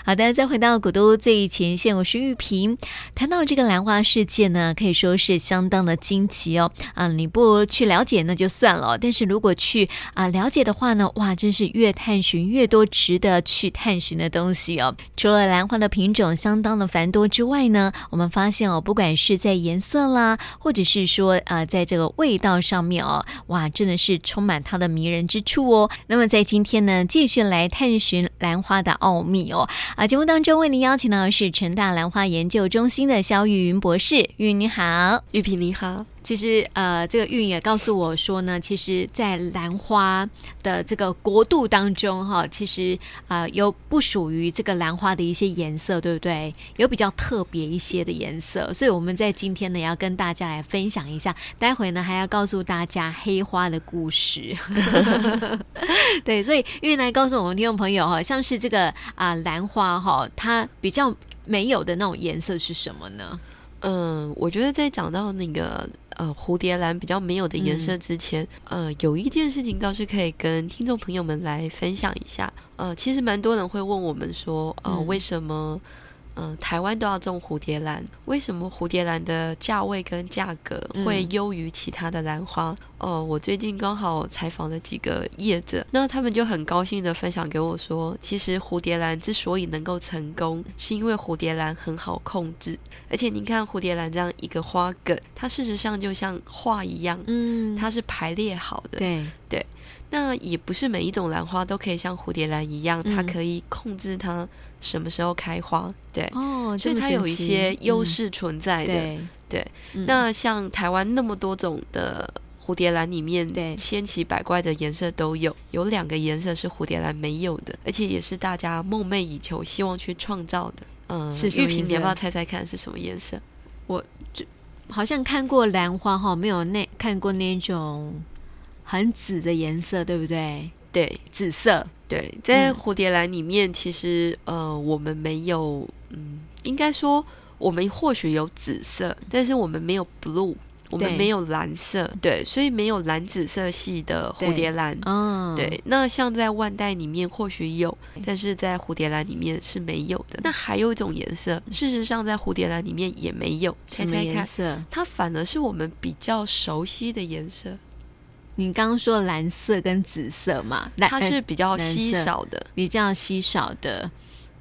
好的，再回到古都最前线，我是玉萍。谈到这个兰花世界呢，可以说是相当的惊奇哦。你不去了解那就算了，但是如果去了解的话呢，哇，真是越探寻越多值得去探寻的东西哦。除了兰花的品种相当的繁多之外呢，我们发现不管是在颜色啦，或者是说在这个味道上面哇，真的是充满它的迷人之处哦。那么在今天呢，继续来探寻兰花的奥秘哦。节目当中为您邀请到的是成大兰花研究中心的萧玉云博士。玉云你好。 玉萍你好。 其实这个玉云也告诉我说呢，其实在兰花的这个国度当中其实有不属于这个兰花的一些颜色，对不对？有比较特别一些的颜色，所以我们在今天呢也要跟大家来分享一下，待会呢还要告诉大家黑花的故事对，所以玉云来告诉我们听众朋友像是这个兰花它比较没有的那种颜色是什么呢？ 我觉得在讲到那个蝴蝶兰比较没有的颜色之前，有一件事情倒是可以跟听众朋友们来分享一下。其实蛮多人会问我们说，为什么台湾都要种蝴蝶兰？为什么蝴蝶兰的价位跟价格会优于其他的兰花？我最近刚好采访了几个业者，那他们就很高兴的分享给我说，其实蝴蝶兰之所以能够成功，是因为蝴蝶兰很好控制，而且您看蝴蝶兰这样一个花梗，它事实上就像画一样，它是排列好的。对，那也不是每一种兰花都可以像蝴蝶兰一样，它可以控制它什么时候开花。对，所以它有一些优势存在的。对，那像台湾那么多种的蝴蝶兰里面，千奇百怪的颜色都有2个颜色是蝴蝶兰没有的，而且也是大家梦寐以求希望去创造的。玉萍你要不要猜猜看是什么颜色？ 我好像看过兰花没有看过那种很紫的颜色，对不对？ 对， 紫色。 对，在蝴蝶兰里面其实我们没有应该说我们或许有紫色，但是我们没有 blue， 我们没有蓝色。对，所以没有蓝紫色系的蝴蝶兰。对，那像在万代里面或许有，但是在蝴蝶兰里面是没有的。那还有一种颜色，事实上在蝴蝶兰里面也没有。猜猜看，它反而是我们比较熟悉的颜色。 你刚刚说蓝色跟紫色嘛， 它是比较稀少的， 比较稀少的。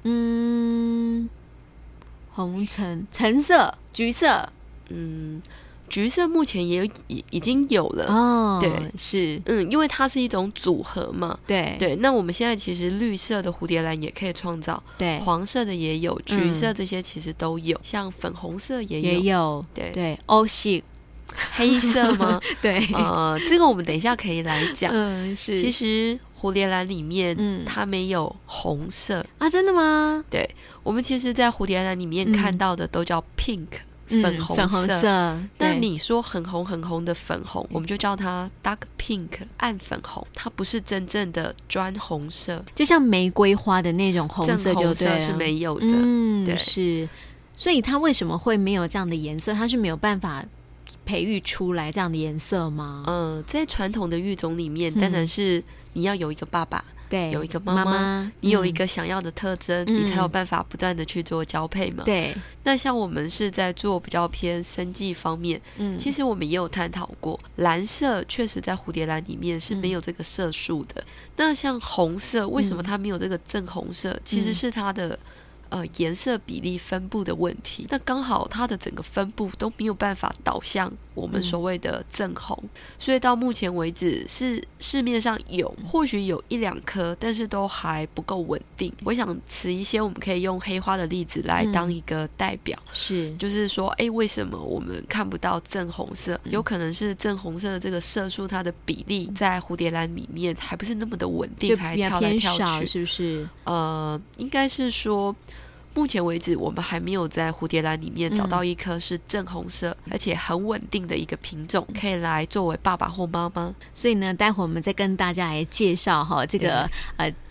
红橙色、橘色。 橘色目前也已经有了。对， 是因为它是一种组合嘛。 对， 那我们现在其实绿色的蝴蝶兰也可以创造，对，黄色的也有，橘色这些其实都有，像粉红色也有。 对，欧系黑色吗？ 对， 这个我们等一下可以来讲。 是， 其实蝴蝶兰里面，它没有红色啊，真的吗？ 对，我们其实在蝴蝶兰里面看到的都叫 pink，粉红色。那你说很红很红的粉红，我们就叫它 dark pink， 暗粉红，它不是真正的专红色， 就像玫瑰花的那种红色就对了， 正红色是没有的。对， 是，所以它为什么会没有这样的颜色？它是没有办法培育出来这样的颜色吗？ 在传统的育种里面，当然是你要有一个爸爸， 对， 有一个妈妈，你有一个想要的特征，你才有办法不断的去做交配嘛。 对， 那像我们是在做比较偏生技方面，其实我们也有探讨过，蓝色确实在蝴蝶兰里面是没有这个色素的。那像红色，为什么它没有这个正红色？其实是它的颜色比例分布的问题，那刚好它的整个分布都没有办法导向我们所谓的正红，所以到目前为止是市面上有，或许有1-2颗，但是都还不够稳定。我想持一些我们可以用黑花的例子来当一个代表， 是， 就是说为什么我们看不到正红色？有可能是正红色的这个色素它的比例在蝴蝶兰里面还不是那么的稳定，还跳来跳去， 是不是？ 应该是说目前为止我们还没有在蝴蝶兰里面找到一颗是正红色，而且很稳定的一个品种可以来作为爸爸或妈妈。 所以呢，待会我们再跟大家来介绍这个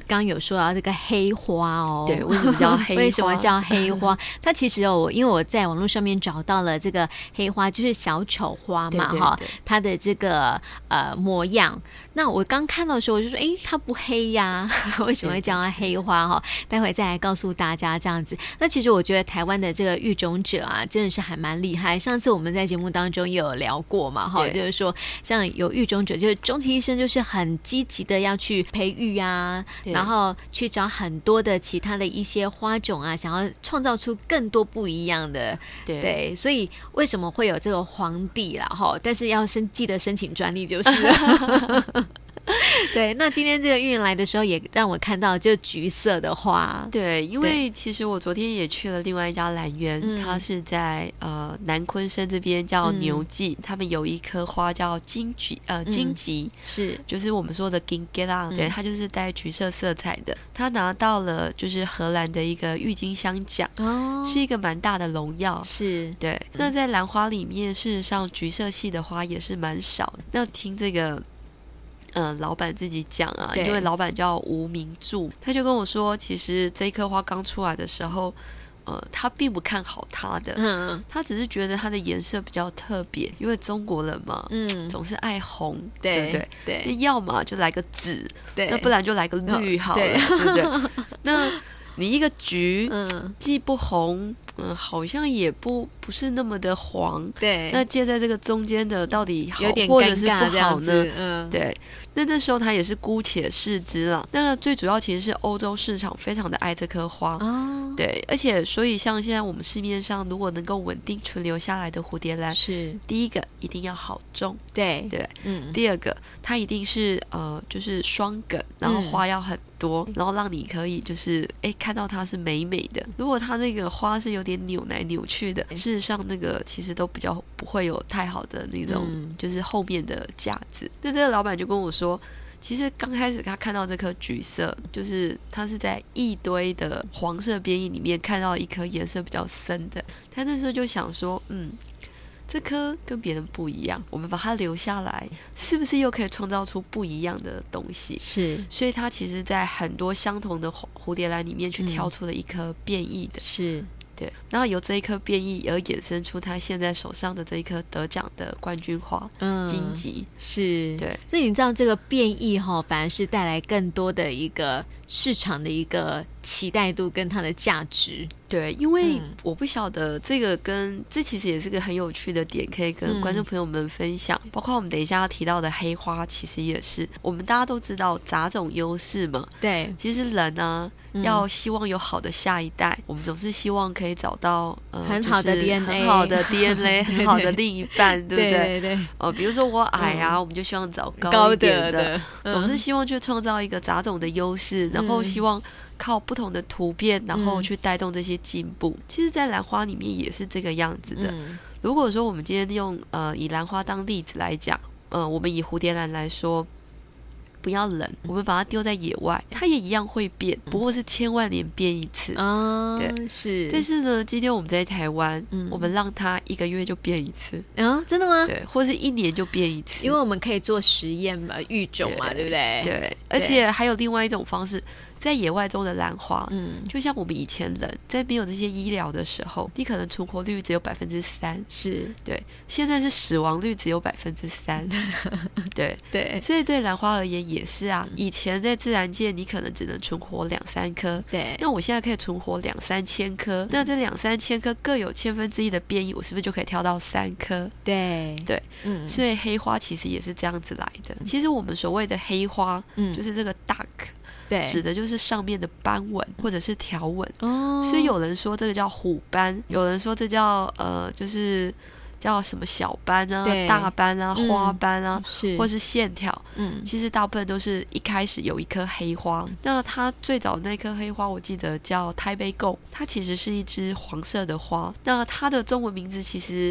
刚刚有说到这个黑花哦， 对，为什么叫黑花？ 为什么叫黑花？它其实因为我在网络上面找到了这个黑花，就是小丑花嘛，哈，它的这个模样。那我刚看到的时候，我就说，它不黑呀，为什么会叫它黑花？哈，待会再来告诉大家这样子。那其实我觉得台湾的这个育种者啊，真的是还蛮厉害。上次我们在节目当中也有聊过嘛，哈，就是说像有育种者，就是终其一生就是很积极的要去培育啊，然后去找很多的其他的一些花种啊，想要创造出更多不一样的。对，所以为什么会有这个皇帝啦？哈，但是要记得申请专利就是了。对，那今天这个运来的时候也让我看到就橘色的花。 对，因为其实我昨天也去了另外一家兰园，它是在南昆山这边叫牛记，他们有一棵花叫金桔， 是就是我们说的金桔啦，对，它就是带橘色色彩的，它拿到了就是荷兰的一个郁金香奖，是一个蛮大的荣耀。 是， 对。那在兰花里面，事实上橘色系的花也是蛮少的。那听这个老板自己讲啊，因为老板叫吴明柱，他就跟我说，其实这棵花刚出来的时候，他并不看好它的，他只是觉得它的颜色比较特别，因为中国人嘛，总是爱红，对不对？那要么就来个紫，那不然就来个绿好了，对不对？那你一个橘，既不红，好像也不是那么的黄， 对。 那介在这个中间的到底好有点或者是不好呢？ 对。那时候他也是姑且视之了。那最主要其实是欧洲市场非常的爱这棵花，对，而且所以像现在我们市面上如果能够稳定存留下来的蝴蝶兰，是第一个一定要好种，对，第二个它一定是就是双梗，然后花要很多，然后让你可以就是看到它是美美的。如果它那个花是有点扭来扭去的，事实上那个其实都比较不会有太好的那种就是后面的价值。那这个老板就跟我说，其实刚开始他看到这颗橘色，就是他是在一堆的黄色边翼里面看到一颗颜色比较深的，他那时候就想说这颗跟别人不一样，我们把它留下来，是不是又可以创造出不一样的东西？是，所以他其实在很多相同的蝴蝶兰里面去挑出了一颗变异的，是。对，然后由这一颗变异而衍生出他现在手上的这一颗得奖的冠军花，荆棘， 是， 对。 所以你知道这个变异反而是带来更多的一个市场的一个期待度跟它的价值。 对，因为我不晓得这个这其实也是个很有趣的点，可以跟观众朋友们分享。包括我们等一下要提到的黑花，其实也是我们大家都知道杂种优势嘛。对，其实人呢要希望有好的下一代，我们总是希望可以找到很好的 DNA， 很好的 DNA， 很好的另一半，对不对？ 对。 比如说我矮啊，我们就希望找高一点的，总是希望去创造一个杂种的优势，然后希望靠不同的突变，然后去带动这些进步。其实在兰花里面也是这个样子的。如果说我们今天用以兰花当例子来讲，我们以蝴蝶兰来说，不要冷，我们把它丢在野外，它也一样会变，不过是千万年变一次。对，是。但是呢，今天我们在台湾，我们让它1个月就变一次。 真的吗？ 对，或是1年就变一次， 因为我们可以做实验嘛，育种嘛，对不对？ 对，而且还有另外一种方式。在野外中的兰花，就像我们以前人在没有这些医疗的时候，你可能存活率只有3%，是对，现在是死亡率只有3%，对，所以对兰花而言也是啊。以前在自然界你可能只能存活2-3颗，对，那我现在可以存活2-3千颗，那这2-3千颗各有1/1000的变异，我是不是就可以挑到3颗？对，所以黑花其实也是这样子来的。其实我们所谓的黑花，就是这个 dark。对，指的就是上面的斑纹或者是条纹，所以有人说这个叫虎斑，有人说这叫就是叫什么小斑啊、大斑啊、花斑啊，或是线条。其实大部分都是一开始有一颗黑花。那它最早那颗黑花，我记得叫台北贡，它其实是一只黄色的花。那它的中文名字其实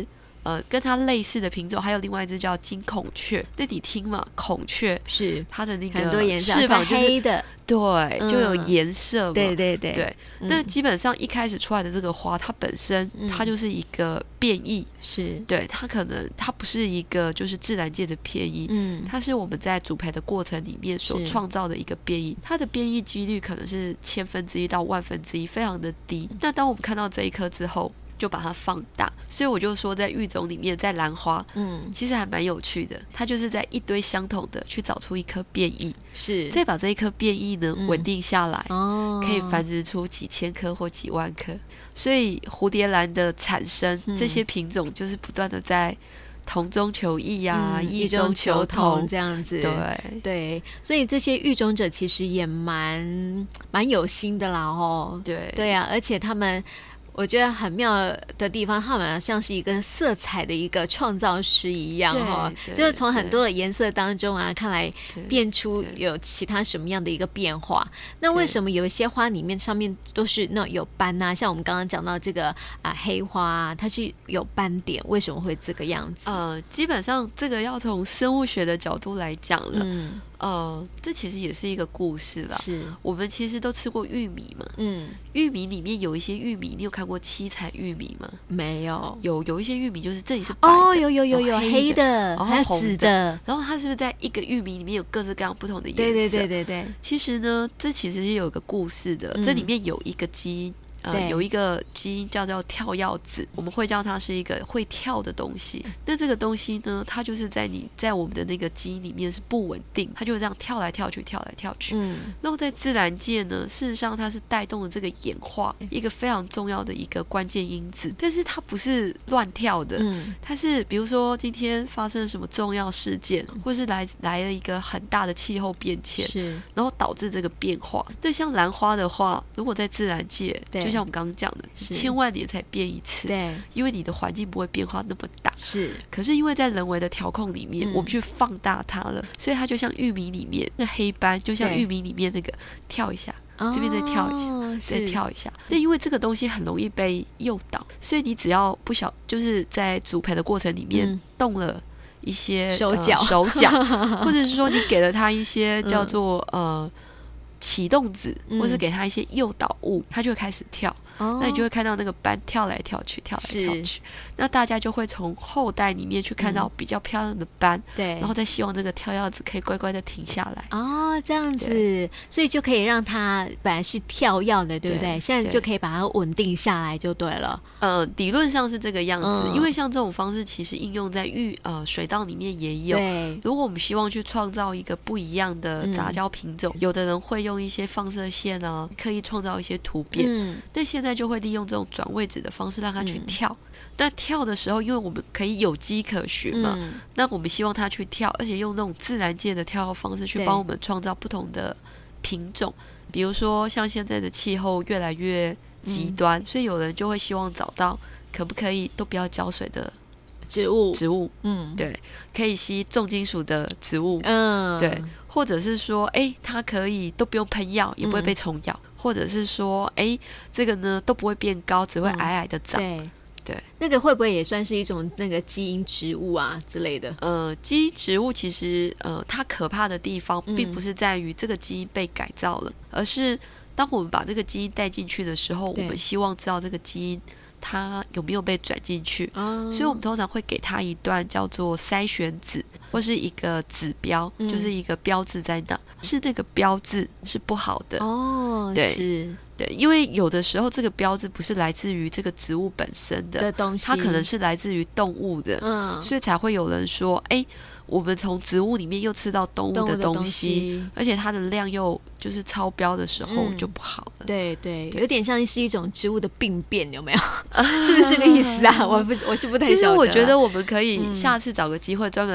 跟它类似的品种还有另外一只叫金孔雀。那你听嘛，孔雀是它的那个很多颜色， 翅膀就是黑的， 对，就有颜色嘛。 对对对对。那基本上一开始出来的这个花，它本身它就是一个变异， 是对，它可能它不是一个就是自然界的变异，它是我们在主培的过程里面所创造的一个变异，它的变异几率可能是1/1000到1/1000，非常的低。那当我们看到这一颗之后，就把它放大，所以我就说在育种里面，在兰花其实还蛮有趣的，它就是在一堆相同的去找出一颗变异， 是再把这一颗变异呢稳定下来，可以繁殖出几千颗或几万颗。所以蝴蝶兰的产生，这些品种就是不断的在同中求异啊，异中求同这样子。 对对，所以这些育种者其实也蛮有心的啦哦。对啊，而且他们我觉得很妙的地方，他们好像是一个色彩的一个创造师一样哈，就是从很多的颜色当中啊，看来变出有其他什么样的一个变化。那为什么有一些花里面上面都是那有斑啊？像我们刚刚讲到这个黑花啊，它是有斑点，为什么会这个样子？ 基本上这个要从生物学的角度来讲了。这其实也是一个故事啦。 是我们其实都吃过玉米嘛，玉米里面有一些玉米，你有看过七彩玉米吗？ 没有。 有一些玉米就是这里是白的， 有黑的，还有紫的， 然后它是不是在一个玉米里面有各式各样不同的颜色？ 对。 其实呢，这其实是有一个故事的，这里面有一个基因。有一个基因叫跳药子，我们会叫它是一个会跳的东西。那这个东西呢，它就是在我们的那个基因里面是不稳定，它就这样跳来跳去。然后在自然界呢，事实上它是带动了这个演化一个非常重要的一个关键因子，但是它不是乱跳的，它是比如说今天发生了什么重要事件，或是来了一个很大的气候变迁，然后导致这个变化。那像兰花的话，如果在自然界，就像我们刚刚讲的，1000万年才变一次， 对， 因为你的环境不会变化那么大，可是因为在人为的调控里面，我们去放大它了，所以它就像玉米里面那黑斑，就像玉米里面那个跳一下，这边再跳一下，再跳一下。那因为这个东西很容易被诱导，所以你只要就是在主培的过程里面动了一些手脚， 或者是说你给了它一些叫做启动子，或是给它一些诱导物，它就会开始跳。那你就会看到那个斑跳来跳去，那大家就会从后代里面去看到比较漂亮的斑， 对， 然后再希望这个跳药子可以乖乖的停下来。 这样子，所以就可以让它本来是跳药的，对不对？现在就可以把它稳定下来就对了。 理论上是这个样子，因为像这种方式其实应用在水稻里面也有。 对， 如果我们希望去创造一个不一样的杂交品种，有的人会用一些放射线啊，刻意创造一些突变。但现在就会利用这种转位置的方式让它去跳。那跳的时候，因为我们可以有迹可循嘛，那我们希望它去跳，而且用那种自然界的跳方式去帮我们创造不同的品种。比如说像现在的气候越来越极端，所以有人就会希望找到可不可以都不要浇水的植物，对，可以吸重金属的植物，对，或者是说它可以都不用喷药，也不会被虫咬，或者是说这个呢都不会变高，只会矮矮的长。对， 那个会不会也算是一种那个基因植物啊之类的？ 基因植物其实它可怕的地方并不是在于这个基因被改造了，而是当我们把这个基因带进去的时候，我们希望知道这个基因它有没有被转进去，所以我们通常会给它一段叫做筛选纸，或是一个指标，就是一个标志在那，是那个标志是不好的。对，因为有的时候这个标志不是来自于这个植物本身的东西，它可能是来自于动物的，所以才会有人说我们从植物里面又吃到动物的东西，而且它的量又就是超标的时候就不好了。 对，有点像是一种植物的病变，有没有？是不是这个意思啊？我是不太晓得。 其实我觉得我们可以下次找个机会专门来谈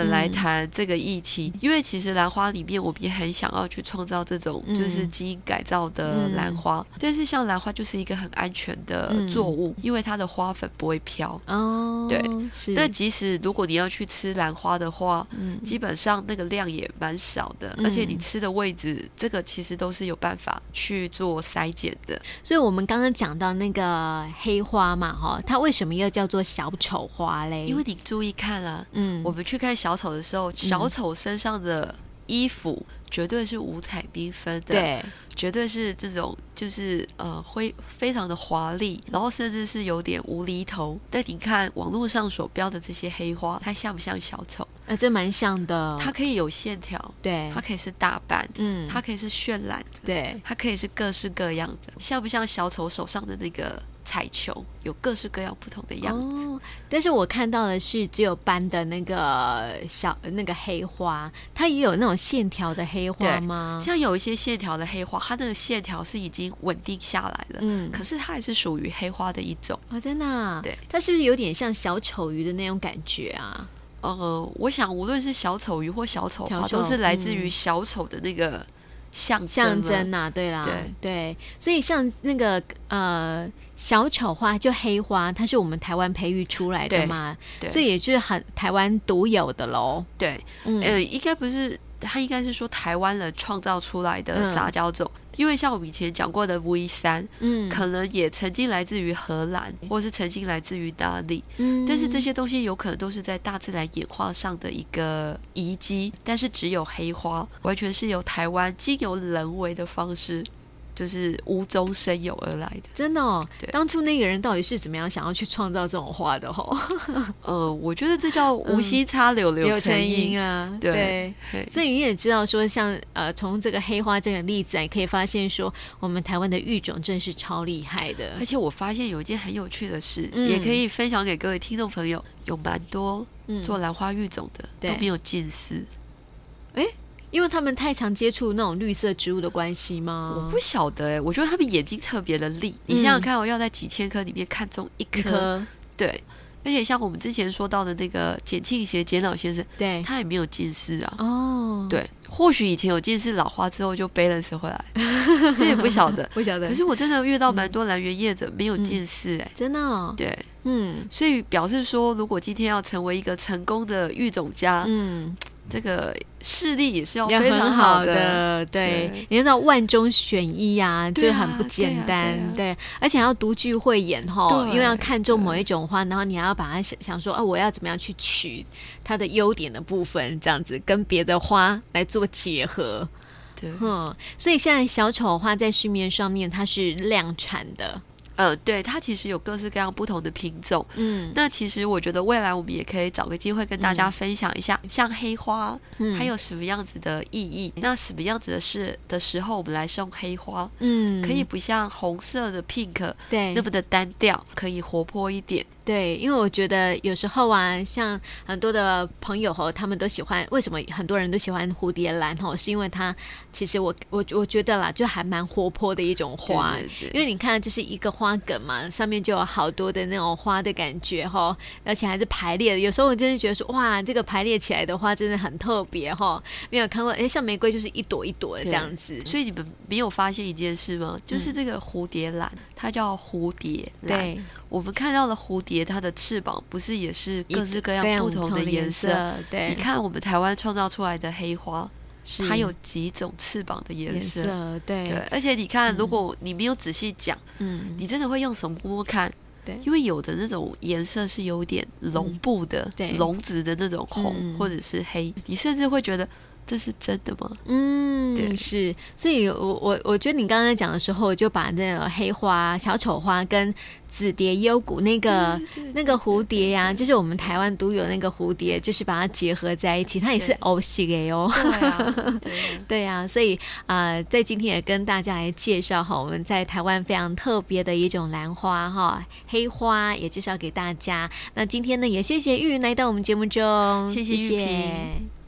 谈这个议题，因为其实兰花里面我们也很想要去创造这种就是基因改造的兰花，但是像兰花就是一个很安全的作物，因为它的花粉不会飘哦， 对， 是。 那即使如果你要去吃兰花的话，基本上那个量也蛮少的，而且你吃的位置这个其实都是有办法去做筛检的。 所以我们刚刚讲到那个黑花嘛，它为什么又叫做小丑花嘞？ 因为你注意看啦，我们去看小丑的时候，小丑身上的衣服绝对是五彩缤纷的， 对， 绝对是这种就是会非常的华丽，然后甚至是有点无厘头。但你看网络上所标的这些黑花，它像不像小丑？ 这蛮像的。 它可以有线条， 对， 它可以是大斑，它可以是渲染的， 对， 它可以是各式各样的，像不像小丑手上的那个彩球，有各式各样不同的样子。 但是我看到的是只有斑的那个那个黑花，它也有那种线条的黑花吗？ 像有一些线条的黑花，它那个线条是已经稳定下来了，可是它也是属于黑花的一种真的啊？ 对， 它是不是有点像小丑鱼的那种感觉啊？ 我想无论是小丑鱼或小丑花，都是来自于小丑的那个象征啊，对啦，对，所以像那个小丑花就黑花，它是我们台湾培育出来的嘛，所以也就是很台湾独有的咯。 对，应该不是，它应该是说台湾人创造出来的杂交种。因为像我们以前讲过的 V3，可能也曾经来自于荷兰，或是曾经来自于哪里，但是这些东西有可能都是在大自然演化上的一个遗迹，但是只有黑花完全是由台湾经由人为的方式就是无中生有而来的。 真的哦？当初那个人到底是怎么样想要去创造这种花的我觉得这叫无心插柳柳成荫啊。对，所以你也知道说像从这个黑花这个例子也可以发现说我们台湾的育种真是超厉害的。 而且我发现有一件很有趣的事，也可以分享给各位听众朋友，有蛮多做兰花育种的都没有近视。 因为他们太常接触那种绿色植物的关系吗？ 我不晓得我觉得他们眼睛特别的利。你想想看，我要在几千颗里面看中一颗，对。而且像我们之前说到的那个简庆协简老先生，对，他也没有近视啊。对，或许以前有近视，老花之后就 balance 回来，这也不晓得， 不晓得。 可是我真的遇到蛮多兰园业者没有近视真的哦。 对，所以表示说，如果今天要成为一个成功的育种家，这个视力也是要非常好的， 对，你知道万中选一啊，就很不简单，对，而且还要独具慧眼因为要看中某一种花，然后你还要把它想说我要怎么样去取它的优点的部分，这样子跟别的花来做结合。 对， 所以现在小丑花在市面上面它是量产的。 对，它其实有各式各样不同的品种。那其实我觉得未来我们也可以找个机会跟大家分享一下，像黑花，还有什么样子的意义？那什么样子的时候，我们来送黑花，可以不像红色的 pink 那么的单调，可以活泼一点。 对，因为我觉得有时候啊，像很多的朋友他们都喜欢，为什么很多人都喜欢蝴蝶兰是因为它其实我觉得啦，就还蛮活泼的一种花。因为你看就是一个花梗嘛，上面就有好多的那种花的感觉而且还是排列的。有时候我真的觉得说哇，这个排列起来的花真的很特别没有看过像玫瑰就是一朵一朵的这样子。 所以你们没有发现一件事吗？就是这个蝴蝶兰，它叫蝴蝶兰。对，我们看到的蝴蝶，它的翅膀不是也是各式各样不同的颜色？对，你看我们台湾创造出来的黑花，它有几种翅膀的颜色？ 对， 而且你看，如果你没有仔细讲，你真的会用手摸摸看。对，因为有的那种颜色是有点绒布的，绒质的那种红或者是黑，你甚至会觉得这是真的吗？ 对，是。所以我觉得你刚刚讲的时候，就把那个黑花、小丑花跟紫蝶幽谷那个蝴蝶呀，就是我们台湾独有那个蝴蝶，就是把它结合在一起，它也是欧系的哦。对啊，所以在今天也跟大家来介绍我们在台湾非常特别的一种兰花黑花也介绍给大家。那今天呢，也谢谢玉云来到我们节目中， 谢谢玉萍。